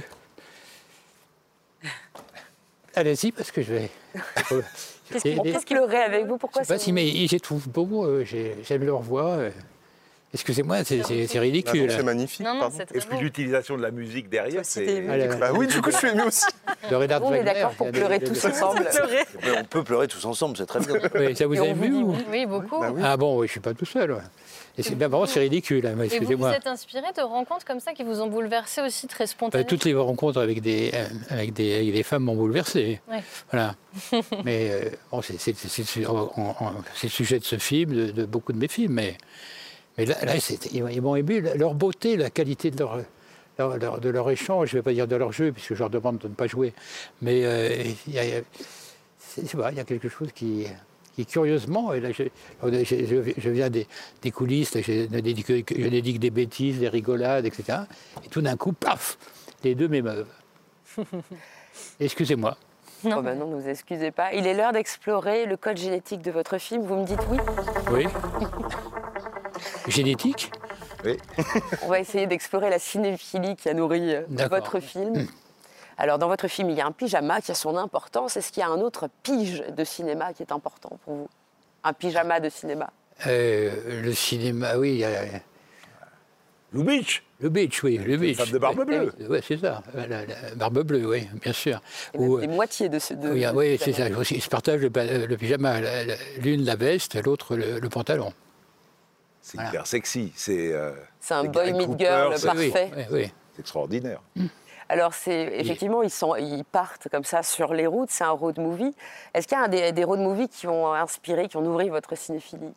Allez-y, parce que je vais. Qu'est-ce qui- On peut pleurer avec vous, pourquoi Je sais pas ça si, vous- mais je les trouve beaux, euh, j'ai- j'aime leur voix. euh. Excusez-moi, c'est- c'est c'est ridicule. C'est magnifique. Non, non, pardon. c'est très Et puis beau. l'utilisation de la musique derrière, aussi t'es c'est... ému. Allez, Bah oui, du coup, je suis ému aussi. de Renard On est Wagner, d'accord pour il y a pleurer des- tous des- ensemble. Mais on peut pleurer tous ensemble, c'est très bien. Oui, ça vous Et a on vous ému dit ou- Oui, beaucoup. Bah oui. Ah bon, oui, je ne suis pas tout seul. ouais. Et c'est, ben, vraiment, c'est ridicule, hein, mais Et vous vous excusez-moi. êtes inspiré de rencontres comme ça qui vous ont bouleversé aussi très Euh, spontanément? toutes les rencontres avec des, euh, avec des, avec des femmes m'ont bouleversé. Ouais. Voilà. Mais euh, bon, c'est, c'est, c'est, c'est- en- en- c'est le sujet de ce film, de, de beaucoup de mes films. Mais, mais là, là c'est- ils, ils m'ont ému. Leur beauté, la qualité de leur, leur- leur- de leur échange, je ne vais pas dire de leur jeu, puisque je leur demande de ne pas jouer. Mais euh, il y a, c'est, c'est vrai, il y a quelque chose qui... qui curieusement, et là, je, je- je- je viens des, des coulisses, là, je, ne dis que- je ne dis que des bêtises, des rigolades, et cetera. Et tout d'un coup, paf, les deux m'émeuvent. Excusez-moi. Oh bah non, ne vous excusez pas. Il est l'heure d'explorer le code génétique de votre film. Vous me dites oui? Oui. Génétique? Oui. On va essayer d'explorer la cinéphilie qui a nourri euh, D'accord. votre film. Alors, dans votre film, il y a un pyjama qui a son importance. Est-ce qu'il y a un autre pige de cinéma qui est important pour vous? Un pyjama de cinéma? Euh, le cinéma, oui. il y a- Lubitsch. Lubitsch, oui, Lubitsch. Femme de barbe bleue. Oui, c'est ça, la, la barbe bleue, oui, bien sûr. Et même des moitiés de ce deux. Oui, oui c'est ça. Ils se partagent le, le pyjama. L'une la veste, l'autre le, le pantalon. C'est voilà. Hyper sexy. C'est euh, un boy meet girl parfait. Oui, oui, oui. C'est extraordinaire. Mm. Alors, c'est effectivement, ils, sont, ils partent comme ça sur les routes. C'est un road movie. Est-ce qu'il y a un des, des road movies qui ont inspiré, qui ont nourri votre cinéphilie?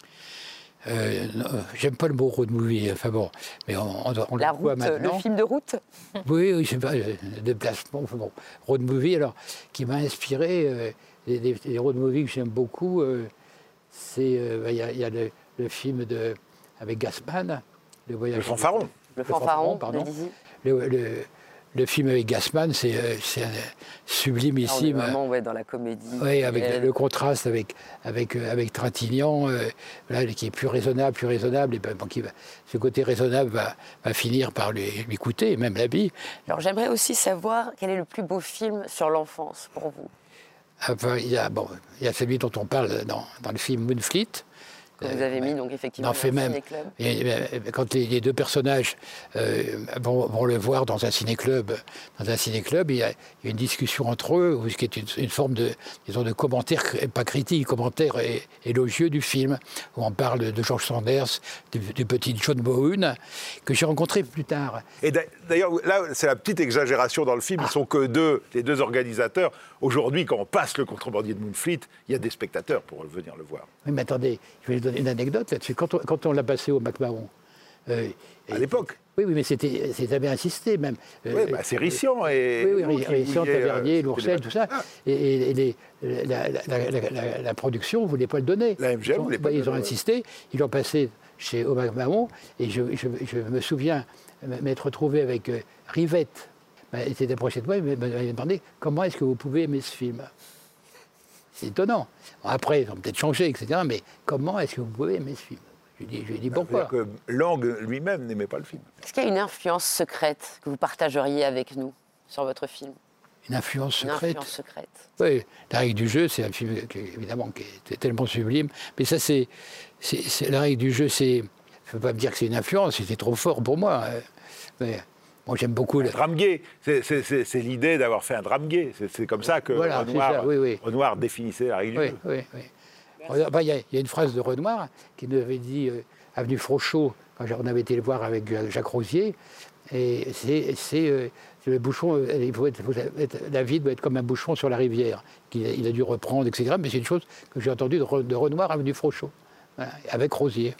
Euh, J'aime pas le mot road movie, enfin bon, mais on, on, on La le voit route, maintenant. Le film de route. Oui, oui, c'est pas euh, déplacement, enfin bon, road movie. Alors, qui m'a inspiré, euh, les, les, les road movies que j'aime beaucoup, euh, c'est il euh, y, y a le, le film de avec Gassman, le voyage. Le fanfaron. Le, le fanfaron, pardon. Le, le, le film avec Gassman, c'est euh, sublimissime. Ah, on est vraiment ouais, dans la comédie. Oui, avec le, le contraste avec, avec, euh, avec Trintignant, euh, voilà, qui est plus raisonnable, plus raisonnable. Et ben, bon, qui va, ce côté raisonnable va, va finir par lui, lui coûter, même la vie. Alors j'aimerais aussi savoir quel est le plus beau film sur l'enfance pour vous. Enfin, il y a, bon, il y a celui dont on parle dans, dans le film Moonfleet. Que vous avez mis donc effectivement dans le ciné-club. Et, quand les, les deux personnages euh, vont, vont le voir dans un ciné-club, dans un ciné-club, il y a une discussion entre eux, ce qui est une, une forme de, disons, de commentaire, pas critique, commentaire élogieux du film, où on parle de George Sanders, du, du petit John Bowen, que j'ai rencontré plus tard. Et d'ailleurs, là, c'est la petite exagération dans le film. Ah. Ils sont que deux, les deux organisateurs. Aujourd'hui, quand on passe le contrebandier de Moonfleet, il y a des spectateurs pour venir le voir. Oui, mais attendez, je vais vous donner une anecdote là-dessus. Quand on, quand on l'a passé au McMahon... Euh, à l'époque. Oui, oui, mais c'était, c'était insisté même. Oui, euh, bah, c'est Rician et... Oui, oui, Rician, Tavernier, euh, Lourcel, tout ça. Ah. Et, et les, la, la, la, la, la production ne voulait pas le donner. La M G M ne voulait pas bah, le donner. Ils ont ouais. insisté, ils l'ont passé chez au McMahon, et je, je, je me souviens m'être retrouvé avec euh, Rivette. Bah, c'était la prochaine fois, il m'avait demandé comment est-ce que vous pouvez aimer ce film. C'est étonnant. Bon, après, ils ont peut-être changé, et cetera, mais comment est-ce que vous pouvez aimer ce film? Je lui ai dit, je lui ai dit pourquoi. Que Lang lui-même n'aimait pas le film. Est-ce qu'il y a une influence secrète que vous partageriez avec nous sur votre film? Une influence secrète. Une influence secrète. Oui, La règle du jeu, c'est un film qui, évidemment qui est tellement sublime. Mais ça, c'est, c'est, c'est la règle du jeu. C'est, je ne peux pas me dire que c'est une influence. C'était trop fort pour moi. Mais moi, j'aime beaucoup. Un drame gay. C'est, c'est, c'est, c'est l'idée d'avoir fait un drame gay. C'est, c'est comme ça que voilà, Renoir, ça, oui, oui. Renoir définissait la règle oui, du jeu. Oui, oui. Il enfin, y, y a une phrase de Renoir qui nous avait dit euh, avenue Frochot, quand on avait été le voir avec Jacques Rosier, et c'est, c'est euh, le bouchon, il faut être, faut être, la vie doit être comme un bouchon sur la rivière, qu'il il a dû reprendre, et cetera. Mais c'est une chose que j'ai entendue de, de Renoir avenue Frochot, voilà, avec Rosier.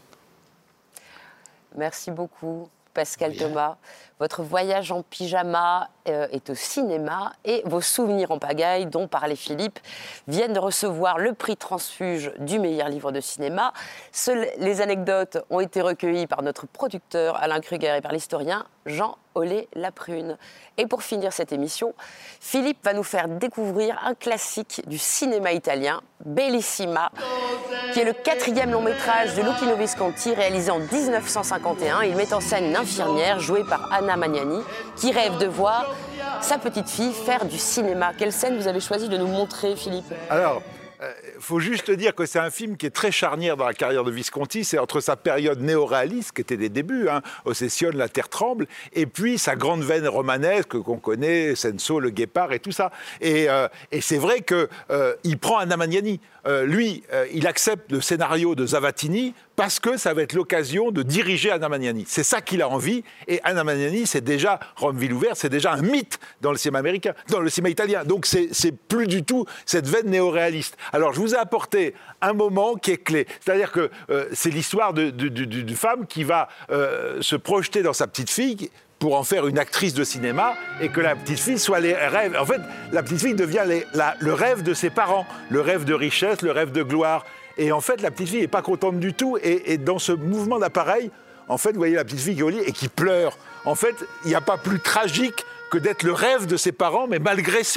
Merci beaucoup, Pascal Bien. Thomas. Votre voyage en pyjama euh, est au cinéma et vos souvenirs en pagaille, dont parlait Philippe, viennent de recevoir le prix Transfuge du meilleur livre de cinéma. Seules les anecdotes ont été recueillies par notre producteur Alain Kruger et par l'historien Jean Ollet-Laprune. Et pour finir cette émission, Philippe va nous faire découvrir un classique du cinéma italien, Bellissima, qui est le quatrième long métrage de Luchino Visconti, réalisé en dix-neuf cent cinquante et un. Il met en scène une infirmière jouée par Anna Magnani, qui rêve de voir sa petite fille faire du cinéma. Quelle scène vous avez choisi de nous montrer, Philippe ? Alors, il faut juste dire que c'est un film qui est très charnière dans la carrière de Visconti. C'est entre sa période néo-réaliste, qui était des débuts, hein, Ossessione, La Terre tremble, et puis sa grande veine romanesque qu'on connaît, Senso, Le Guépard et tout ça. Et, euh, et c'est vrai qu'il euh, prend Anna Magnani. Euh, lui, euh, il accepte le scénario de Zavattini parce que ça va être l'occasion de diriger Anna Magnani. C'est ça qu'il a envie. Et Anna Magnani, c'est déjà, Rome ville ouverte, c'est déjà un mythe dans le cinéma américain, dans le cinéma italien. Donc c'est, c'est plus du tout cette veine néo-réaliste. Alors je vous ai apporté un moment qui est clé. C'est-à-dire que euh, c'est l'histoire de, de, de, de, de femme qui va euh, se projeter dans sa petite fille pour en faire une actrice de cinéma et que la petite fille soit les rêves. En fait, la petite fille devient les, la, le rêve de ses parents, le rêve de richesse, le rêve de gloire. Et en fait, la petite fille n'est pas contente du tout. Et, et dans ce mouvement d'appareil, en fait, vous voyez la petite fille qui est au lit et qui pleure. En fait, il n'y a pas plus tragique que d'être le rêve de ses parents, mais malgré soi.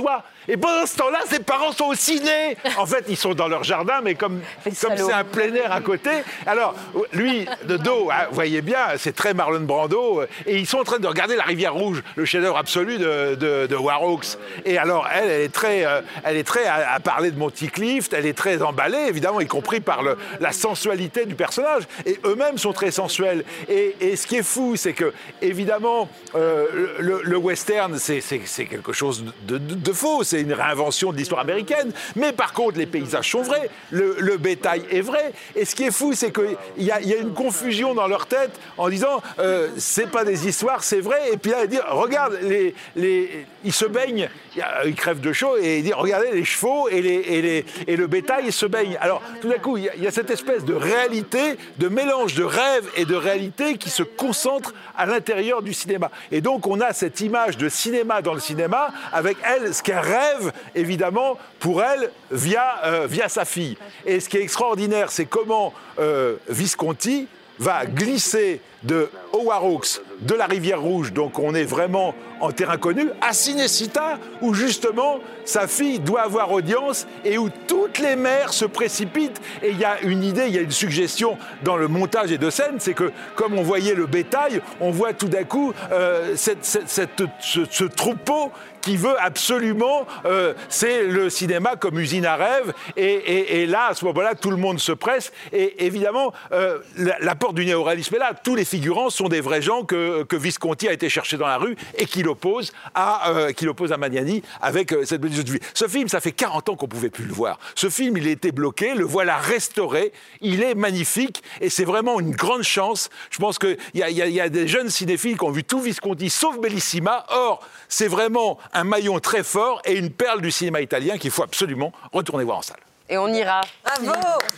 Et pendant ce temps-là, ses parents sont au ciné. En fait, ils sont dans leur jardin, mais comme comme c'est un plein air à côté. Alors, lui, de dos, hein, vous voyez bien, c'est très Marlon Brando. Et ils sont en train de regarder La Rivière Rouge, le chef-d'œuvre absolu de, de, de Howard Hawks. Et alors, elle, elle est très, euh, elle est très à, à parler de Monty Clift. Elle est très emballée, évidemment, y compris par le, la sensualité du personnage. Et eux-mêmes sont très sensuels. Et, et ce qui est fou, c'est que, évidemment, euh, le, le western, c'est, c'est, c'est quelque chose de, de, de faux. C'est une réinvention de l'histoire américaine. Mais par contre, les paysages sont vrais. Le, le bétail est vrai. Et ce qui est fou, c'est qu'il y a, y a une confusion dans leur tête en disant euh, c'est pas des histoires, c'est vrai. Et puis là, ils disent regarde, les, les, ils se baignent, ils crèvent de chaud, et ils disent regardez les chevaux et, les, et, les, et le bétail se baignent. Alors tout d'un coup, il y, y a cette espèce de réalité, de mélange de rêve et de réalité qui se concentre à l'intérieur du cinéma. Et donc on a cette image de cinéma dans le cinéma avec elle, ce qu'elle rêve évidemment pour elle via, euh, via sa fille. Et ce qui est extraordinaire, c'est comment euh, Visconti va glisser de Howard Hawks, de La Rivière Rouge, donc on est vraiment en terrain connu, à Cinecittà, où justement sa fille doit avoir audience et où toutes les mères se précipitent. Et il y a une idée, il y a une suggestion dans le montage des deux scènes, c'est que comme on voyait le bétail, on voit tout d'un coup euh, cette, cette, cette, ce, ce troupeau qui veut absolument, euh, c'est le cinéma comme usine à rêve, et, et, et là, à ce moment-là, tout le monde se presse, et évidemment, euh, la, la porte du néoréalisme est là, tous les figurants sont des vrais gens que, que Visconti a été chercher dans la rue, et qu'il oppose à, euh, qu'il oppose à Magnani avec euh, cette belle de vie. Ce film, ça fait quarante ans qu'on ne pouvait plus le voir. Ce film, il a été bloqué, le voilà restauré, il est magnifique, et c'est vraiment une grande chance. Je pense qu'il y, y, y a des jeunes cinéphiles qui ont vu tout Visconti, sauf Bellissima. Or, c'est vraiment un maillon très fort et une perle du cinéma italien qu'il faut absolument retourner voir en salle. Et on ira. Bravo.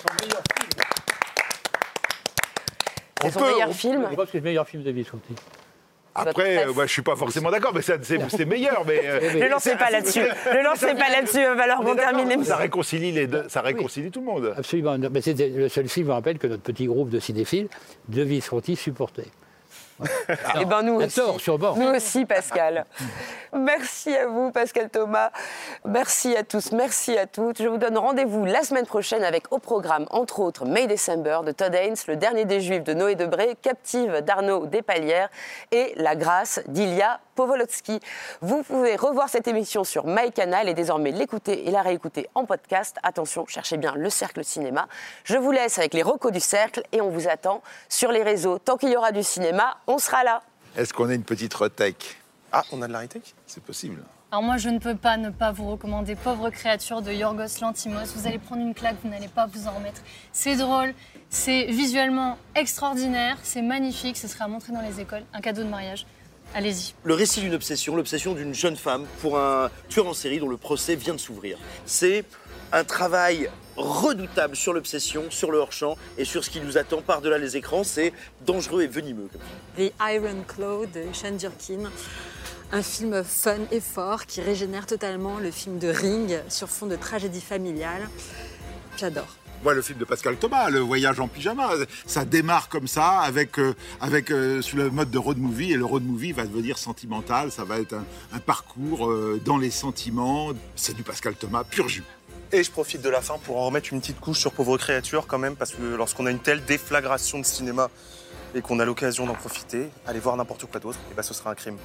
C'est son meilleur film. Je crois que c'est le meilleur film de Visconti. Après, euh, moi, je suis pas forcément d'accord, mais c'est, c'est, c'est meilleur. Mais euh, ne lancez pas là-dessus. Ne lancez pas là-dessus. Il va falloir qu'on termine. Ça réconcilie les deux. Ça réconcilie oui. tout le monde. Absolument. Mais c'est le seul film, je me rappelle, que notre petit groupe de cinéphiles de Visconti supportait. Et ben nous aussi. Tort, sur bord. Nous aussi, Pascal. Merci à vous, Pascal Thomas. Merci à tous, merci à toutes. Je vous donne rendez-vous la semaine prochaine avec au programme, entre autres, May December de Todd Haynes, Le Dernier des Juifs de Noé Debré, Captive d'Arnaud Despalières et La Grâce d'Ilya Povolotsky. Vous pouvez revoir cette émission sur MyCanal et désormais l'écouter et la réécouter en podcast. Attention, cherchez bien le Cercle Cinéma. Je vous laisse avec les recos du Cercle et on vous attend sur les réseaux. Tant qu'il y aura du cinéma, on sera là. Est-ce qu'on a une petite retech ? Ah, on a de la retech ? C'est possible. Alors moi, je ne peux pas ne pas vous recommander Pauvre créature de Yorgos Lanthimos. Vous allez prendre une claque, vous n'allez pas vous en remettre. C'est drôle, c'est visuellement extraordinaire, c'est magnifique, ce sera à montrer dans les écoles, un cadeau de mariage. Allez-y. Le récit d'une obsession, l'obsession d'une jeune femme pour un tueur en série dont le procès vient de s'ouvrir. C'est un travail redoutable sur l'obsession, sur le hors-champ et sur ce qui nous attend par-delà les écrans. C'est dangereux et venimeux. The Iron Claw de Sean Durkin. Un film fun et fort qui régénère totalement le film de Ring sur fond de tragédie familiale. J'adore. Moi, le film de Pascal Thomas, Le Voyage en pyjama, ça démarre comme ça, avec, euh, avec euh, sous le mode de road movie, et le road movie va devenir sentimental, ça va être un, un parcours euh, dans les sentiments. C'est du Pascal Thomas pur jus. Et je profite de la fin pour en remettre une petite couche sur Pauvre créature quand même, parce que lorsqu'on a une telle déflagration de cinéma et qu'on a l'occasion d'en profiter, aller voir n'importe quoi d'autre, et ben ce sera un crime.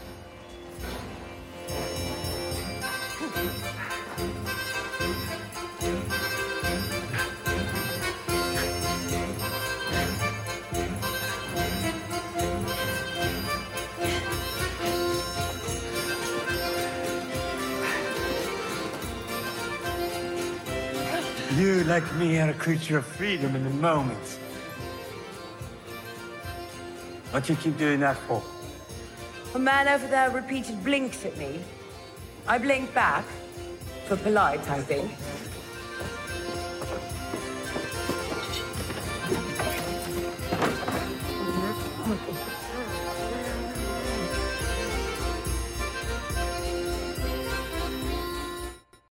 You, like me, are a creature of freedom in the moment. What do you keep doing that for? A man over there repeated blinks at me. I blinked back, for polite, I think.